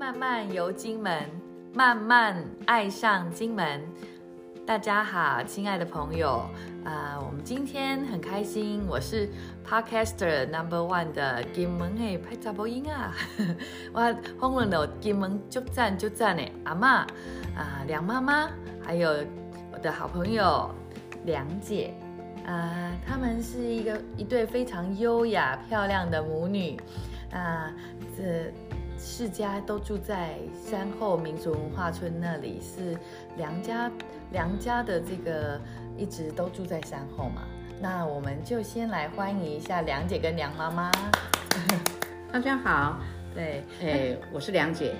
慢慢游金门，慢慢爱上金门。大家好，亲爱的朋友，我们今天很开心，我是 Podcaster No.1 的金门的拍查某囡啊，我访问了金门足赞的阿嬷梁妈妈，还有我的好朋友梁姐。她们是一对非常优雅漂亮的母女，这世家都住在山后民俗文化村那里，是梁家的这个一直都住在山后嘛。那我们就先来欢迎一下梁姐跟梁妈妈。 大家好， 对， 我是梁姐。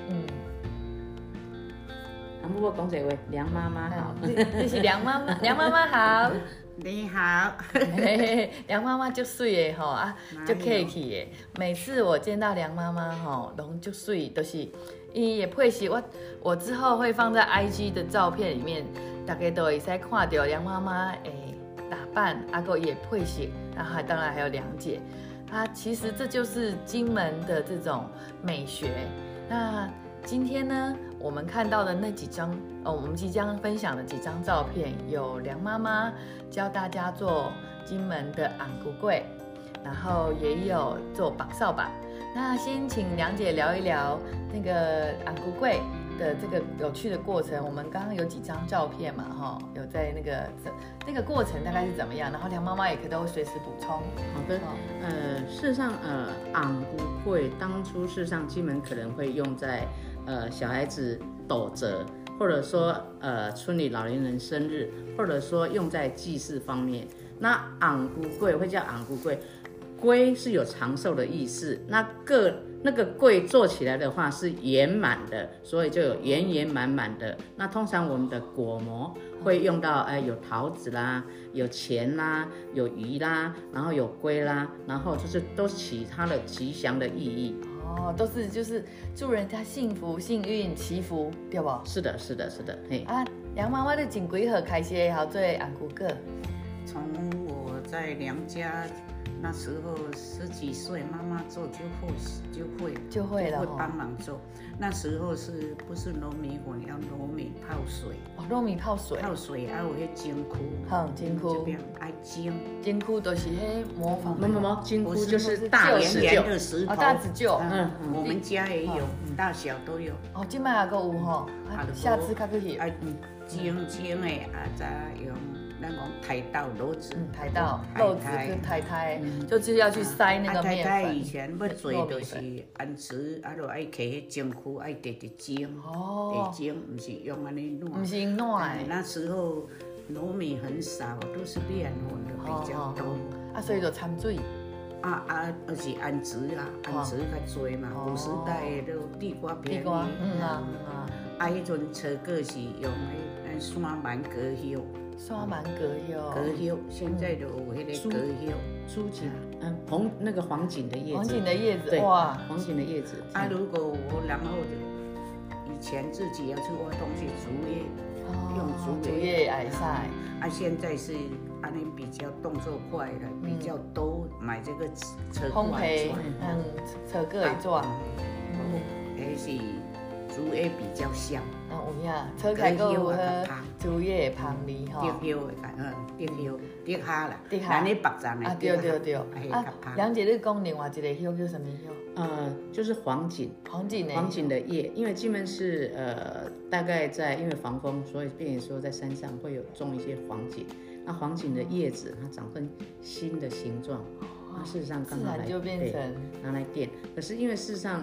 我讲这位梁妈妈好， 这是梁妈妈，梁妈妈好。 你好， 梁妈妈就水的吼就客气的。每次我见到梁妈妈吼，拢就水，都是伊也配是我之后会放在 IG 的照片里面，大家都会使看到梁妈妈打扮，个也配饰，然后当然还有梁姐，其实这就是金门的这种美学。那今天呢，我们看到的那几张我们即将分享的几张照片，有梁妈妈教大家做金门的昂古粿，然后也有做绑扫把。那先请梁姐聊一聊那个昂古粿的这个有趣的过程。我们刚刚有几张照片嘛，有在那个过程大概是怎么样？然后梁妈妈也可都会随时补充。 好的，事实上，昂古粿当初事实上金门可能会用在小孩子斗折，或者说村里老年人生日，或者说用在祭祀方面。那昂古粿会叫昂古粿，粿是有长寿的意思。那个粿做起来的话是圆满的，所以就有圆圆满满的。那通常我们的果模会用到有桃子啦，有钱啦，有鱼啦，然后有龟啦，然后就是都起它的吉祥的意义。 都是就是祝人家幸福、幸运、祈福，对不？ 是的。 梁妈妈的从几岁开始好做昂古粿？ 从我在梁家那时候10几岁，妈妈做就会了，会帮忙做。那时候不是糯米粉，要糯米泡水。 糯米泡水， 有迄蒸菇。 蒸菇。 这边爱蒸。 蒸菇都是迄模仿。 没，蒸菇就是大石臼的石头。 大石臼。 我们家也有，大小都有。 现在还有吼，下次较去去。 蒸的再用。咱讲台豆篓子， 台豆篓子跟台，就是要去塞那个面粉。 台以前要做就是安瓷，就爱摕迄蒸菇，爱直蒸，蒸，不是用安尼弄。 不是弄的。 那时候糯米很少，都是面粉的比较多。 所以就掺水。 是安瓷啦，安瓷较多嘛。古时代都地瓜便宜。迄阵炒粿是用迄山蛮葛叶。 刷蛮葛叶，现在就有那个葛叶， 苏锦，那个黄锦的叶子， 黄锦的叶子， 哇，黄锦的叶子。 如果然后以前自己要去挖东西，竹叶，用竹叶来晒。 现在是安尼比较动作快了，比较多买这个烘焙，炒粿会做， 还是竹叶比较香。 有影，炒起来还有竹叶的香味吼。竹虾啦，咱咧白粽的。 对。梁姐，你讲另外一个叶叫什么叶？ 就是黄锦的叶，因为金门是大概因为防风，所以变成说在山上会有种一些黄锦。那黄锦的叶子它长成新的形状，那事实上刚好就变成拿来垫。可是因为事实上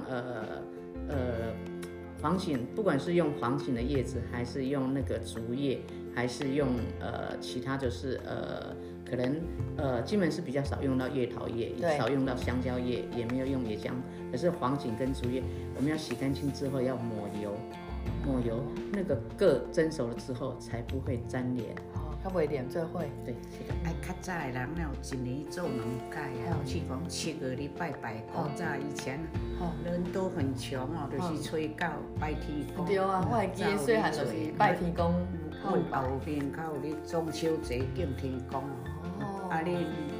黄锦不管是用黄锦的叶子，还是用那个竹叶，还是用其他就是可能金门是比较少用到叶桃叶，也少用到香蕉叶，也没有用野姜。可是黄锦跟竹叶，我们要洗干净之后要抹油，那个粿蒸熟了之后才不会粘连。 较袂黏做伙。 对，是的。 较早的人了，一年做2届去讲7月里拜。古早以前人都很穷就是吹狗拜天公。 对我会记得细汉就是拜天公。 阮后边较有咧中秋节敬天公。你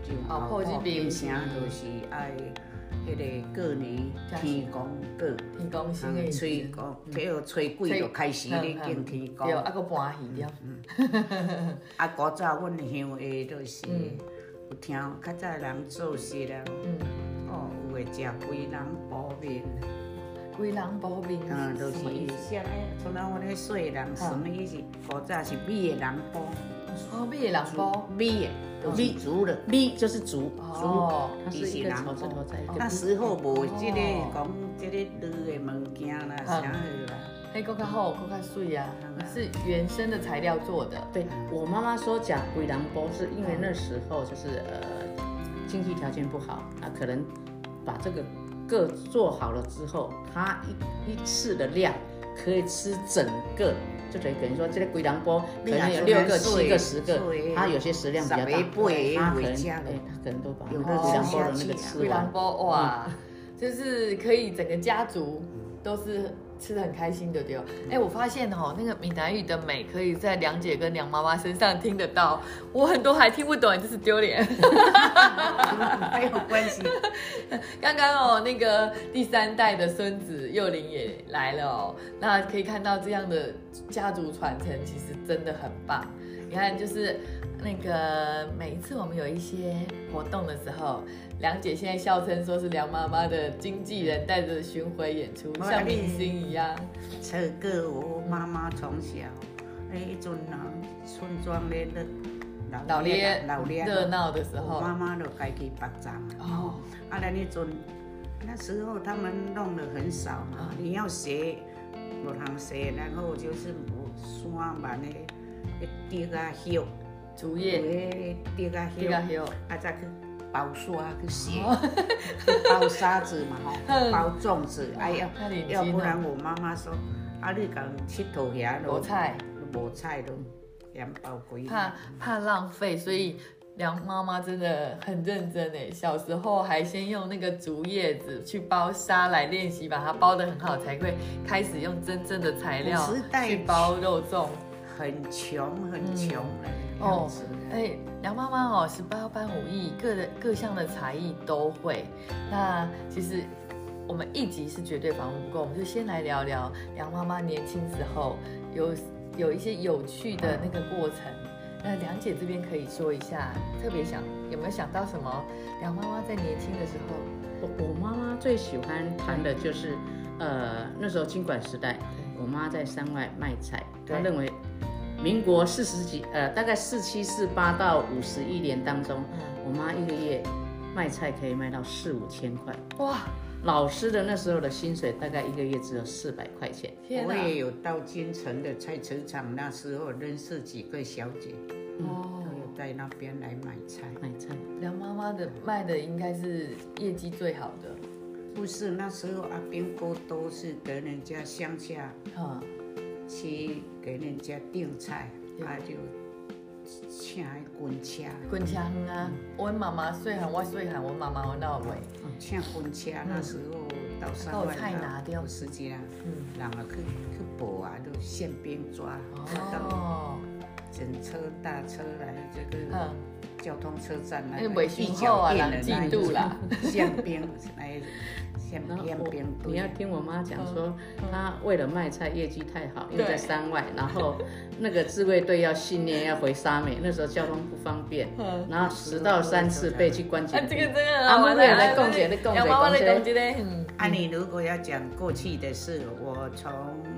就泡这边金城就是爱迄个过年天公过， 天公生的吹公，迄个吹鬼就开始咧敬天公， 对，啊，搁搬戏了。 啊，古早阮乡下就是有听较早人做事啦，哦，有会食龟人补面。 龟人补面， 就是像像咱阮咧细人，什么意思？古早是米的人煲， 哦，米的人煲， 米的，米竹的， 米就是竹， 哦， 它是一个草字头在一个。 那时候无这个讲这个绿的物件啦，啥好啦。 迄更较好，更较水啊，是原生的材料做的。 对我妈妈说讲龟人煲，是因为那时候就是经济条件不好啊，可能把这个个做好了之后，它一次的量可以吃整个，就等于说这个龟人煲可能有6个、7个、10个，它有些食量比较大，它可能都把龟人煲的那个吃完。 龟人煲哇，就是可以整个家族都是吃得很开心的，对哦。我发现哦，那个闽南语的美可以在梁姐跟梁妈妈身上听得到，我很多还听不懂，真是丢脸。 没有关系。 刚刚哦，那个第3代的孙子幼龄也来了哦，那可以看到这样的家族传承其实真的很棒。你看，就是那个每一次我们有一些活动的时候，梁姐现在笑称说是梁妈妈的经纪人带着巡回演出，像明星一样。 这个我妈妈从小，迄阵啊，村庄咧老烈热闹的时候， 妈妈就该去北站哦。啊，咱那时候他们弄得很少嘛，你要学，无通学，然后就是有山蛮的。竹啊叶， 竹叶， 竹啊叶，啊再去包沙去写，包沙子嘛吼，包粽子，哎呀，要不然我妈妈说，啊你讲佚佗遐咯，无菜咯，盐包鬼， 怕浪费，所以梁妈妈真的很认真诶。小时候还先用那个竹叶子去包沙来练习，把它包得很好，才会开始用真正的材料去包肉粽。 很穷的样子。 梁妈妈哦，18般武艺，各项的才艺都会。那其实我们一集是绝对访问不够，我们就先来聊聊梁妈妈年轻时候有一些有趣的那个过程。那梁姐这边可以说一下，特别有没有想到什么？梁妈妈在年轻的时候， 我妈妈最喜欢谈的就是那时候经管时代，我妈在山外卖菜，她认为。民国40几，大概47、48到51年当中，我妈一个月卖菜可以卖到4、5千块。哇！老师的那时候的薪水大概一个月只有400块钱。 我也有到金城的菜市场，那时候认识几个小姐，都有在那边来买菜。 梁妈妈的卖的应该是业绩最好的。 不是，那时候阿兵哥都是给人家乡下。去给人家订菜，他就请滚车啊！阮妈妈细汉，我细汉，阮妈妈我哪有卖？ 请滚车，那时候到山外有时间，人啊去捕啊，都宪兵抓，到整车大车来这个交通车站来， 地脚店的那一啦，宪兵来。 你要听我妈讲说，她为了卖菜业绩太好，因为在山外，然后那个自卫队要训练要回沙美，那时候交通不方便，然后10到3次被去关检。 这个真的啊，我们来共解， 你如果要讲过去的事，我从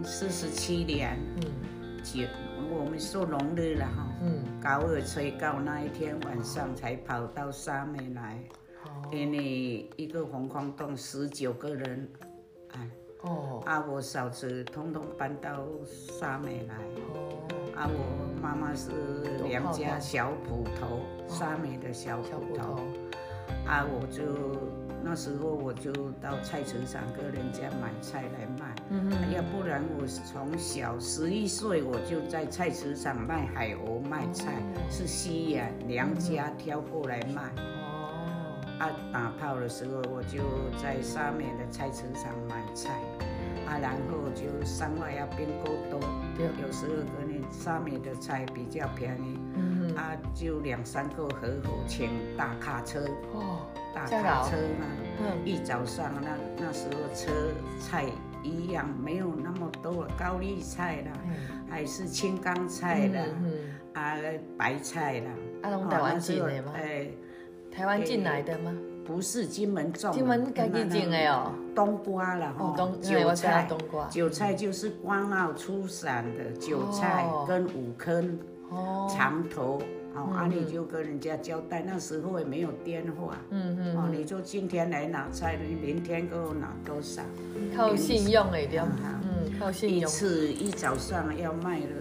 47年，我们说农历了哈，9月初9那一天晚上才跑到沙美来。因为一个红矿洞19个人，我嫂子通通搬到沙美来，我妈妈是梁家小捕头，沙美的小捕头，我就那时候我就到菜市场跟人家买菜来卖，要不然我从小11岁我就在菜市场卖海藕卖菜，是西洋梁家挑过来卖。打炮的时候，我就在沙美的菜市场买菜，然后就山外要变够多，有时候可能沙美的菜比较便宜， 啊，就2、3个合伙请大卡车，大这样卡车呢，一早上那时候车菜一样没有那么多，高丽菜啦，还是青冈菜啦，白菜啦， 拢台湾进的吗？台湾进来的吗？ 不是金门种， 金门家己种的哦。 冬瓜啦，韭菜就是关澳出产的韭菜跟5坑长头。你就跟人家交代，那时候也没有电话，你就今天来拿菜，你明天给我拿多少？ 靠信用的对，靠信用。 一早上要卖了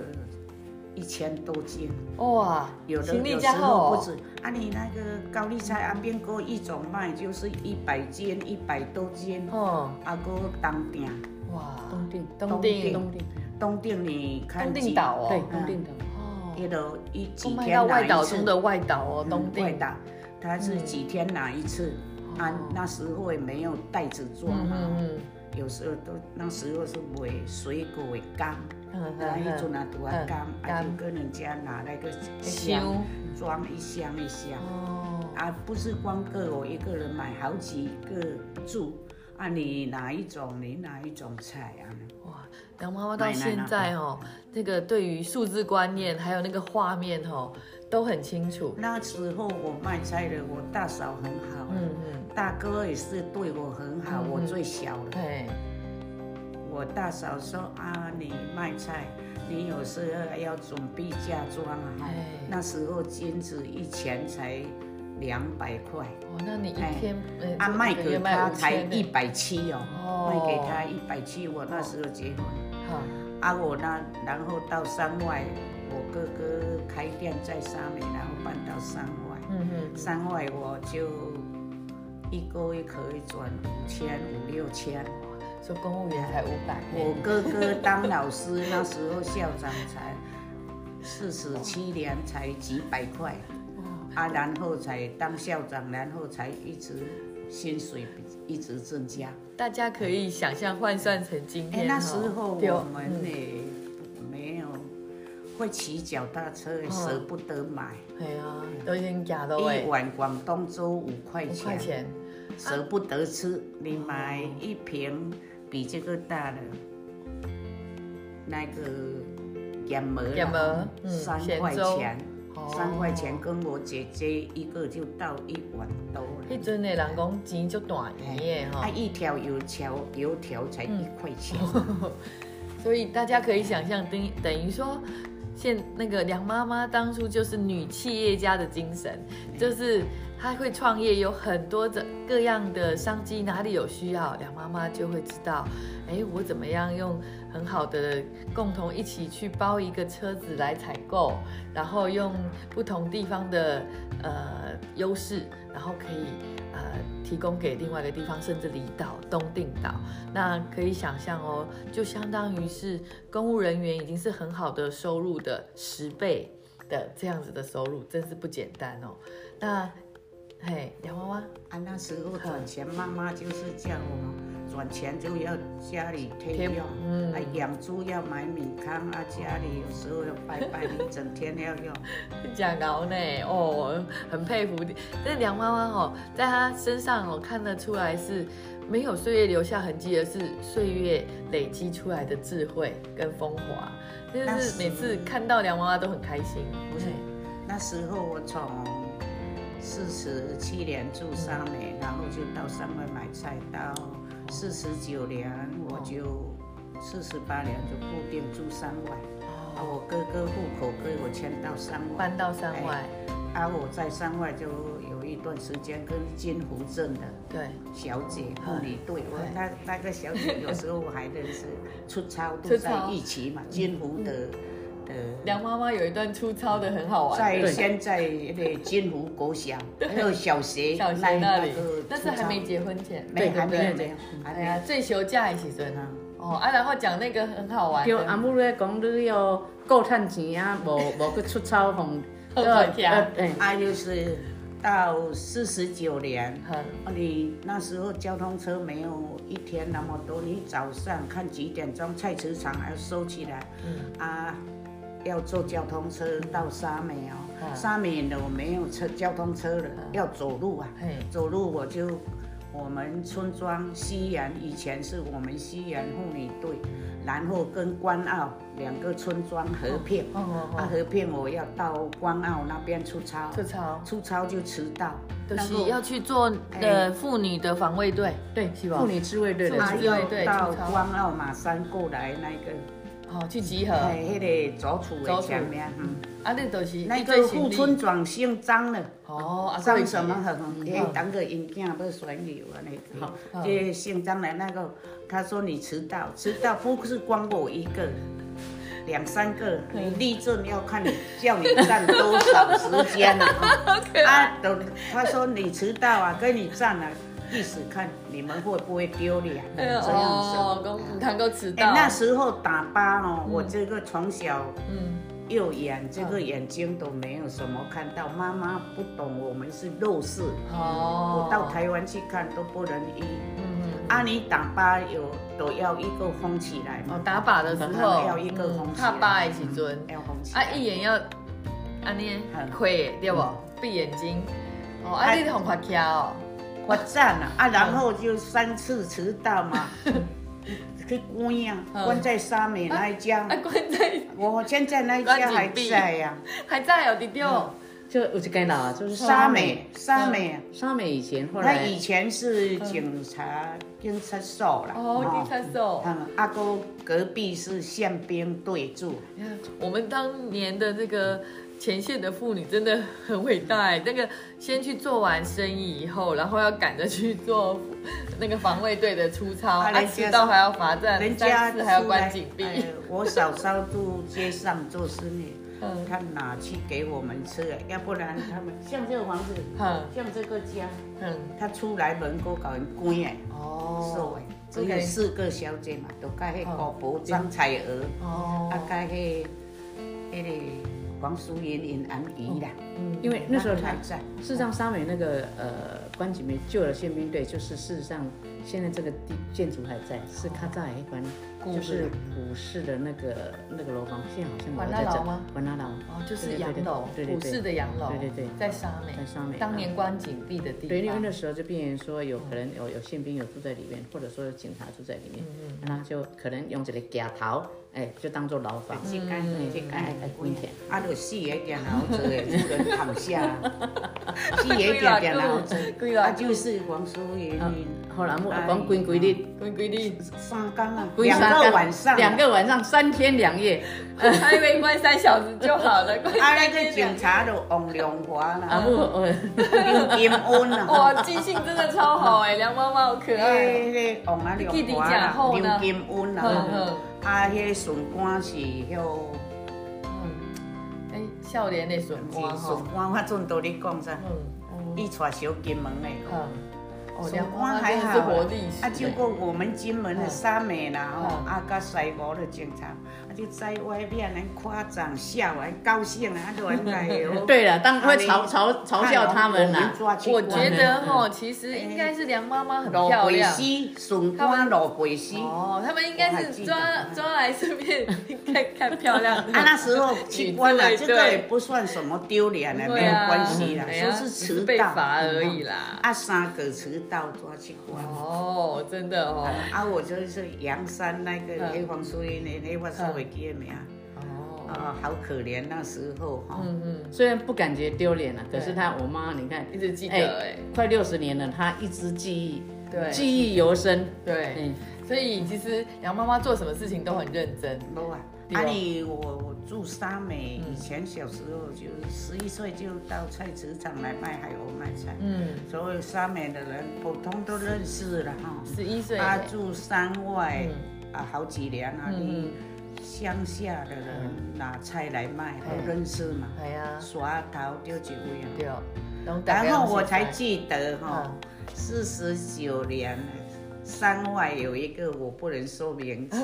1000多斤， 哇， 有时候不止。你那个高丽菜边个一种卖就是100斤，100多斤，个当店， 哇， 东定，你看东定岛哦， 对，东定岛。 几天到外岛中的外岛哦，东定外岛，它是几天拿一次，那时候也没有袋子装嘛，有时候那时候是卖水果的柑，一阵啊拄啊柑，就跟人家拿那个箱装一箱，不是光个我一个人买好几个住，你哪一种菜啊？ 哇，梁妈妈到现在这个对于数字观念还有那个画面都很清楚。 那时候我卖菜的，我大嫂很好，大哥也是对我很好，我最小的。我大嫂说你卖菜，你有时候要准备嫁妆那时候金子1钱才200块。 那你一天卖给他才170卖给他170，我那时候结婚。我然后到山外，我哥哥开店在沙美，然后搬到山外。山外我就一个月可以赚5000、5、6千。 说公务员才500。 我哥哥当老师，那时候校长才47年，才几百块。然后才当校长，然后才一直薪水一直增加。大家可以想象换算成今天。 那时候我们也没有会骑脚踏车，舍不得买。 都已经假了。 一碗广东粥5块钱，舍不得吃。你买一瓶比这个大的那个燕麦，3块钱。3块钱跟我姐姐一个就到1碗多了。 那阵的人讲钱就大钱的一条油条才1块钱。 所以大家可以想象，等于说，那个梁妈妈当初就是女企业家的精神，就是她会创业，有很多各样的商机，哪里有需要，梁妈妈就会知道，我怎么样用很好的共同一起去包一个车子来采购，然后用不同地方的优势，然后可以提供给另外一个地方，甚至离岛东定岛。那可以想象就相当于是公务人员已经是很好的收入的10倍的这样子的收入，真是不简单那梁妈妈那时候赚钱，妈妈就是叫我赚钱就要家里贴用，养猪要买米糠家里有时候要拜拜，你整天要用。 讲熬呢很佩服你。但梁妈妈在她身上看得出来是没有岁月留下痕迹，而是岁月累积出来的智慧跟风华。就是每次看到梁妈妈都很开心。 不是，那时候我从47年住沙美，然后就到山外买菜，到49年我就48年就固定住山外。我哥哥户口给我迁到山外， 搬到山外。 我在山外就有一段时间跟金湖镇的小姐妇女队，我那个小姐有时候我还认识，出操都在一起嘛，金湖的。 梁妈妈有一段出操的很好玩， 在现在那金湖国小还有小学那里，但是还没结婚前， 还没有， 最休假的时阵然后讲那个很好玩， 就阿母咧讲你要够赚钱无去出操红， 就是到49年，你那时候交通车没有一天那么多，你早上看几点钟菜市场要收起来， 要坐交通车到沙美哦，沙美呢我没有交通车了，要走路啊，走路我们村庄西洋以前是我们西洋妇女队，然后跟关澳2个村庄合并，合并我要到关澳那边出操就迟到， 就是要去做妇女的防卫队， 对， 是吧？ 妇女自卫队的要到关澳马山过来那个， 去集合， 那个祖厝的前面， 你就是那个副村长姓张了，张什么当个因囝要选友啊那个，这姓张的那个，他说你迟到不是光我一个。2、3个，你立正要看你叫你站多少时间啊？他说你迟到啊，跟你站啊，意思看你们会不会丢脸，这样子。 不能够迟到。 那时候打巴哦，我这个从小右眼这个眼睛都没有什么看到，妈妈不懂我们是弱视，我到台湾去看都不能医。你打靶都要一个封起来嘛。 打靶的时候要一个封起来。 打靶的时阵要封起来。 一眼要安尼开对不？闭眼睛。你红发卡哦。 发展然后就3次迟到嘛。去关在沙美那一家。 关在。 我现在那一家还在呀。 还在哦，弟弟。 就有一间啦，就是沙美以前，后来他以前是警察所啦。 警察所。 阿哥隔壁是宪兵队住。 我们当年的这个前线的妇女真的很伟大哎，那个先去做完生意以后，然后要赶着去做那个防卫队的出操，迟到还要罚站，3次还要关禁闭。 我嫂嫂住街上做生意。他拿去给我们吃，要不然他们像这个房子，像这个家，他出来门口搞人关哎，只有4个小姐嘛，都跟迄高伯张彩娥，跟迄个黄淑妍因阿姨啦， 因为那时候他在，事实上沙美那个关景梅旧的宪兵队，就是事实上现在这个建筑还在，是卡扎一关。就是古式的那个楼房，现在好像环大楼吗？ 环大楼就是洋楼，古式的洋楼， 对， 在沙美，当年关禁闭的地方。 对，因为那时候就变成说有可能有宪兵有住在里面，或者说有警察住在里面，那就可能用这个夹头，就当做牢房。 这间温泉，就4个电脑做的，不能躺下。4个电脑做，就是黄淑云。 后来我讲关几日 ？3天啊，2个晚上 ，2个晚上，3天2夜， 还以为关3小时就好了。 那个警察就王良华啦，刘金恩啦。 哇，记性真的超好哎，梁妈妈好可爱。 王阿良华啦，刘金恩啦，迄顺官是迄， 少年的顺官顺官，我阵都咧讲啥？伊带小金门的。顺官还好，结果我们金门的沙美啦，甲西湖的警察，就在外面人夸奖笑，很高兴啊，就很来哦。 对了，当会嘲笑他们啦。 我觉得其实应该是梁妈妈很漂亮。 顺官罗贝西。 他们应该是抓来顺便看漂亮。 那时候去关了，这个也不算什么丢脸的，没有关系啦，说是迟到被罚而已啦。 3个迟到抓去关。 真的我就是阳山那个黑黄树林的，那我说会记的名。好可怜那时候虽然不感觉丢脸了，可是我妈你看一直记得快60年了，她一直记忆犹深。 对，所以其实杨妈妈做什么事情都很认真。 我住沙美，以前小时候就11岁就到菜市场来卖海螺卖菜，所有沙美的人普通都认识了 11岁， 住山外好几年乡下的人拿菜来卖，都认识嘛。刷头丢几位啊。然后我才记得49年了。山外有一个我不能说名字，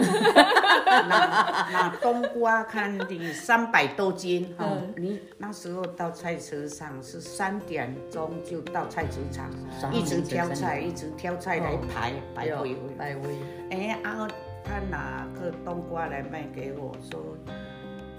那冬瓜看的300多斤你那时候到菜市场是3点钟就到菜市场，一直挑菜来排位。他拿个冬瓜来卖给我，说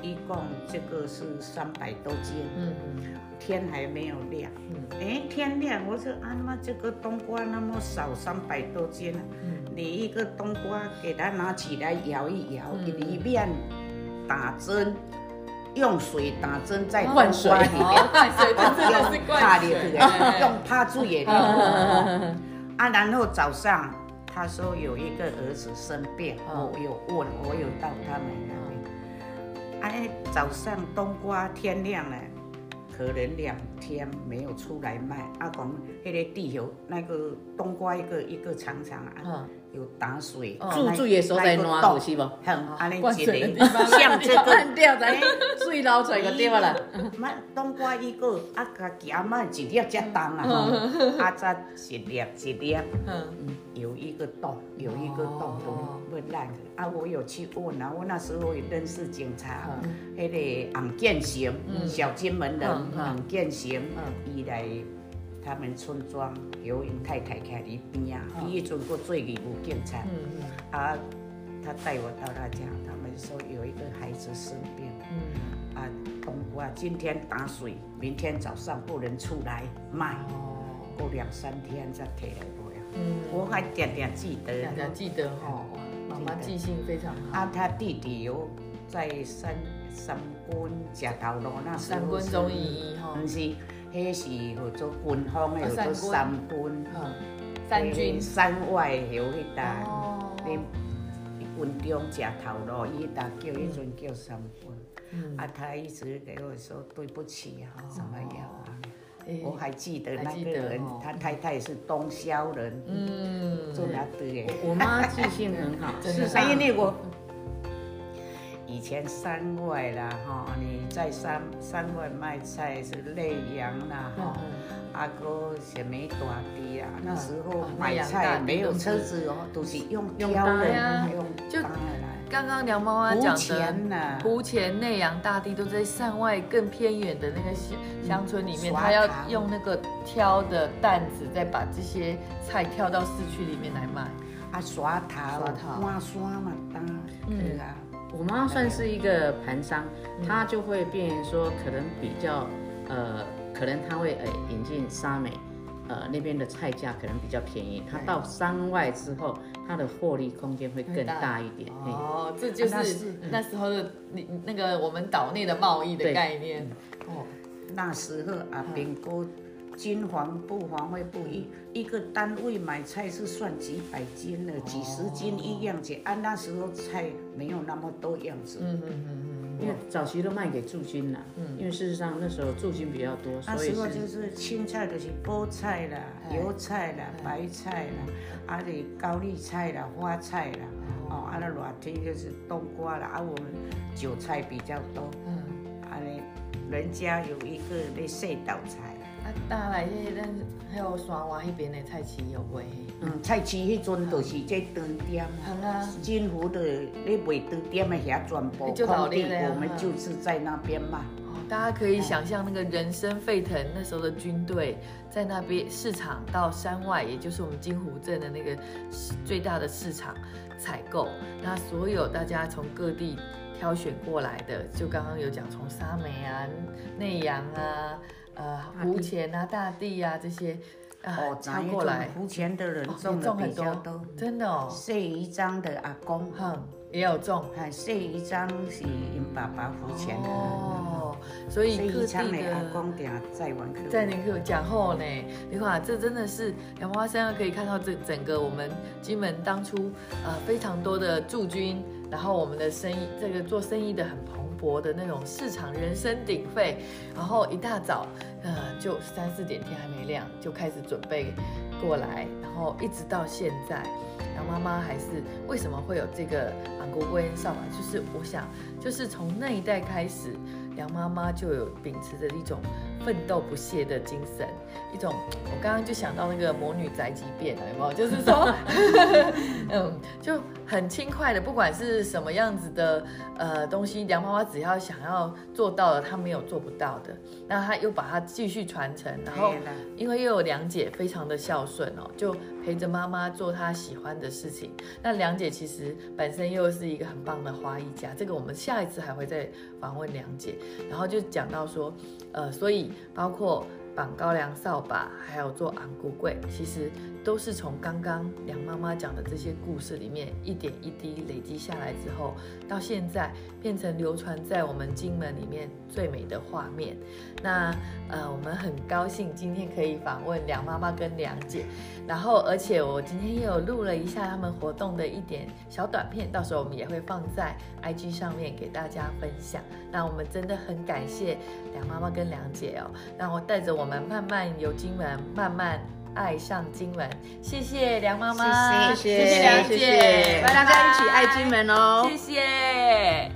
一共这个是300多斤，天还没有亮，天亮，我说啊妈，这个冬瓜那么少，300多斤啊，你一个冬瓜给它拿起来摇一摇，里面打针。用水打针在冬瓜里面， 灌水真的是灌水， 用怕水也然后早上他说有一个儿子生病，我有问，我有到他们那边。早上冬瓜天亮了，可能2天没有出来卖。讲那个地球那个冬瓜一个长长有打水， 水的所在烂过是不？ 安尼一个像这个烂掉才水捞出来就对了。 冬瓜一个甲夹嘛一粒才重啊，再一粒，有一个洞都不烂的。我有去问我那时候也认识警察，那个洪建成，小金门人洪建成，伊来。他们村庄有因太太徛伫边伊迄阵佫做义务警察，他带我到他家，他们说有一个孩子生病，冬瓜今天打水，明天早上不能出来卖，过2-3天再摕来卖。我还常常记得， 记得妈妈记性非常好。 他弟弟有在三军吃头路那时候， 三军中医不是。迄是叫做军方的，叫做三军， 三军山外有迄搭，你军中吃头路，伊搭叫迄阵叫三军。他一直给我说对不起怎么样我还记得那个人，他太太是东萧人，做哪对的？ 我妈记性很好， 是啥？因为我。以前山外啦，你在山外卖菜是内阳啦，个什么大地啊，那时候买菜没有车子都是用挑的，用搭来。 刚刚梁妈妈讲的，湖前、内阳、大地都在山外更偏远的那个乡村里面，他要用那个挑的担子，再把这些菜挑到市区里面来卖。 刷头、挖山嘛，搭， 我妈算是一个盘商，她就会变成说，可能比较可能她会引进沙美，那边的菜价可能比较便宜。她到山外之后，她的获利空间会更大一点。 这就是那时候的那个我们岛内的贸易的概念。 那时候民国金黄不黄会不一个单位买菜是算几百斤的，几十斤一样子。那时候菜没有那么多样子。 因为早期都卖给驻军啦，因为事实上那时候驻军比较多， 那时候就是青菜就是菠菜啦、油菜啦、白菜啦，高丽菜啦、花菜啦，那热天就是冬瓜啦，我们韭菜比较多。人家有一个在洗豆菜。 搭来咱还有山外那边的菜市有卖。 菜市迄阵就是这长店，金湖的咧卖长店的遐全部空地，我们就是在那边卖。 大家可以想象那个人声沸腾，那时候的军队在那边市场到山外，也就是我们金湖镇的那个最大的市场采购，那所有大家从各地挑选过来的，就刚刚有讲从沙美啊、内阳啊。湖前啊、大地啊这些抄过来， 湖前的人种的比较多， 真的谢宜章的阿公， 也有种。 谢宜章是因爸爸湖前的， 所以各地的阿公在玩客， 在那个讲后呢，你看这真的是杨妈妈身上可以看到整个我们金门当初非常多的驻军，然后我们的生意这个做生意的很蓬勃的那种市场人声鼎沸，然后一大早就3-4点天还没亮就开始准备过来，然后一直到现在，杨妈妈还是为什么会有这个昂古龟扫码？就是我想，就是从那一代开始，杨妈妈就有秉持着一种奋斗不懈的精神，一种我刚刚就想到那个魔女宅急便了，有没有？就是说，就很轻快的，不管是什么样子的东西，梁妈妈只要想要做到了，她没有做不到的，那她又把它继续传承，然后因为又有梁姐非常的孝顺哦，就陪着妈妈做她喜欢的事情。那梁姐其实本身又是一个很棒的花艺家，这个我们下一次还会再访问梁姐，然后就讲到说，所以包括绑高粱扫把，还有做昂菇粿，其实都是从刚刚梁妈妈讲的这些故事里面一点一滴累积下来之后，到现在变成流传在我们金门里面最美的画面。那我们很高兴今天可以访问梁妈妈跟梁姐，然后而且我今天也有录了一下他们活动的一点小短片，到时候我们也会放在 IG 上面给大家分享。那我们真的很感谢梁妈妈跟梁姐哦，让我带着我们慢慢游金门，慢慢爱上金门。谢谢梁妈妈， 谢谢梁姐， 拜拜， 大家一起爱金门哦， 谢谢。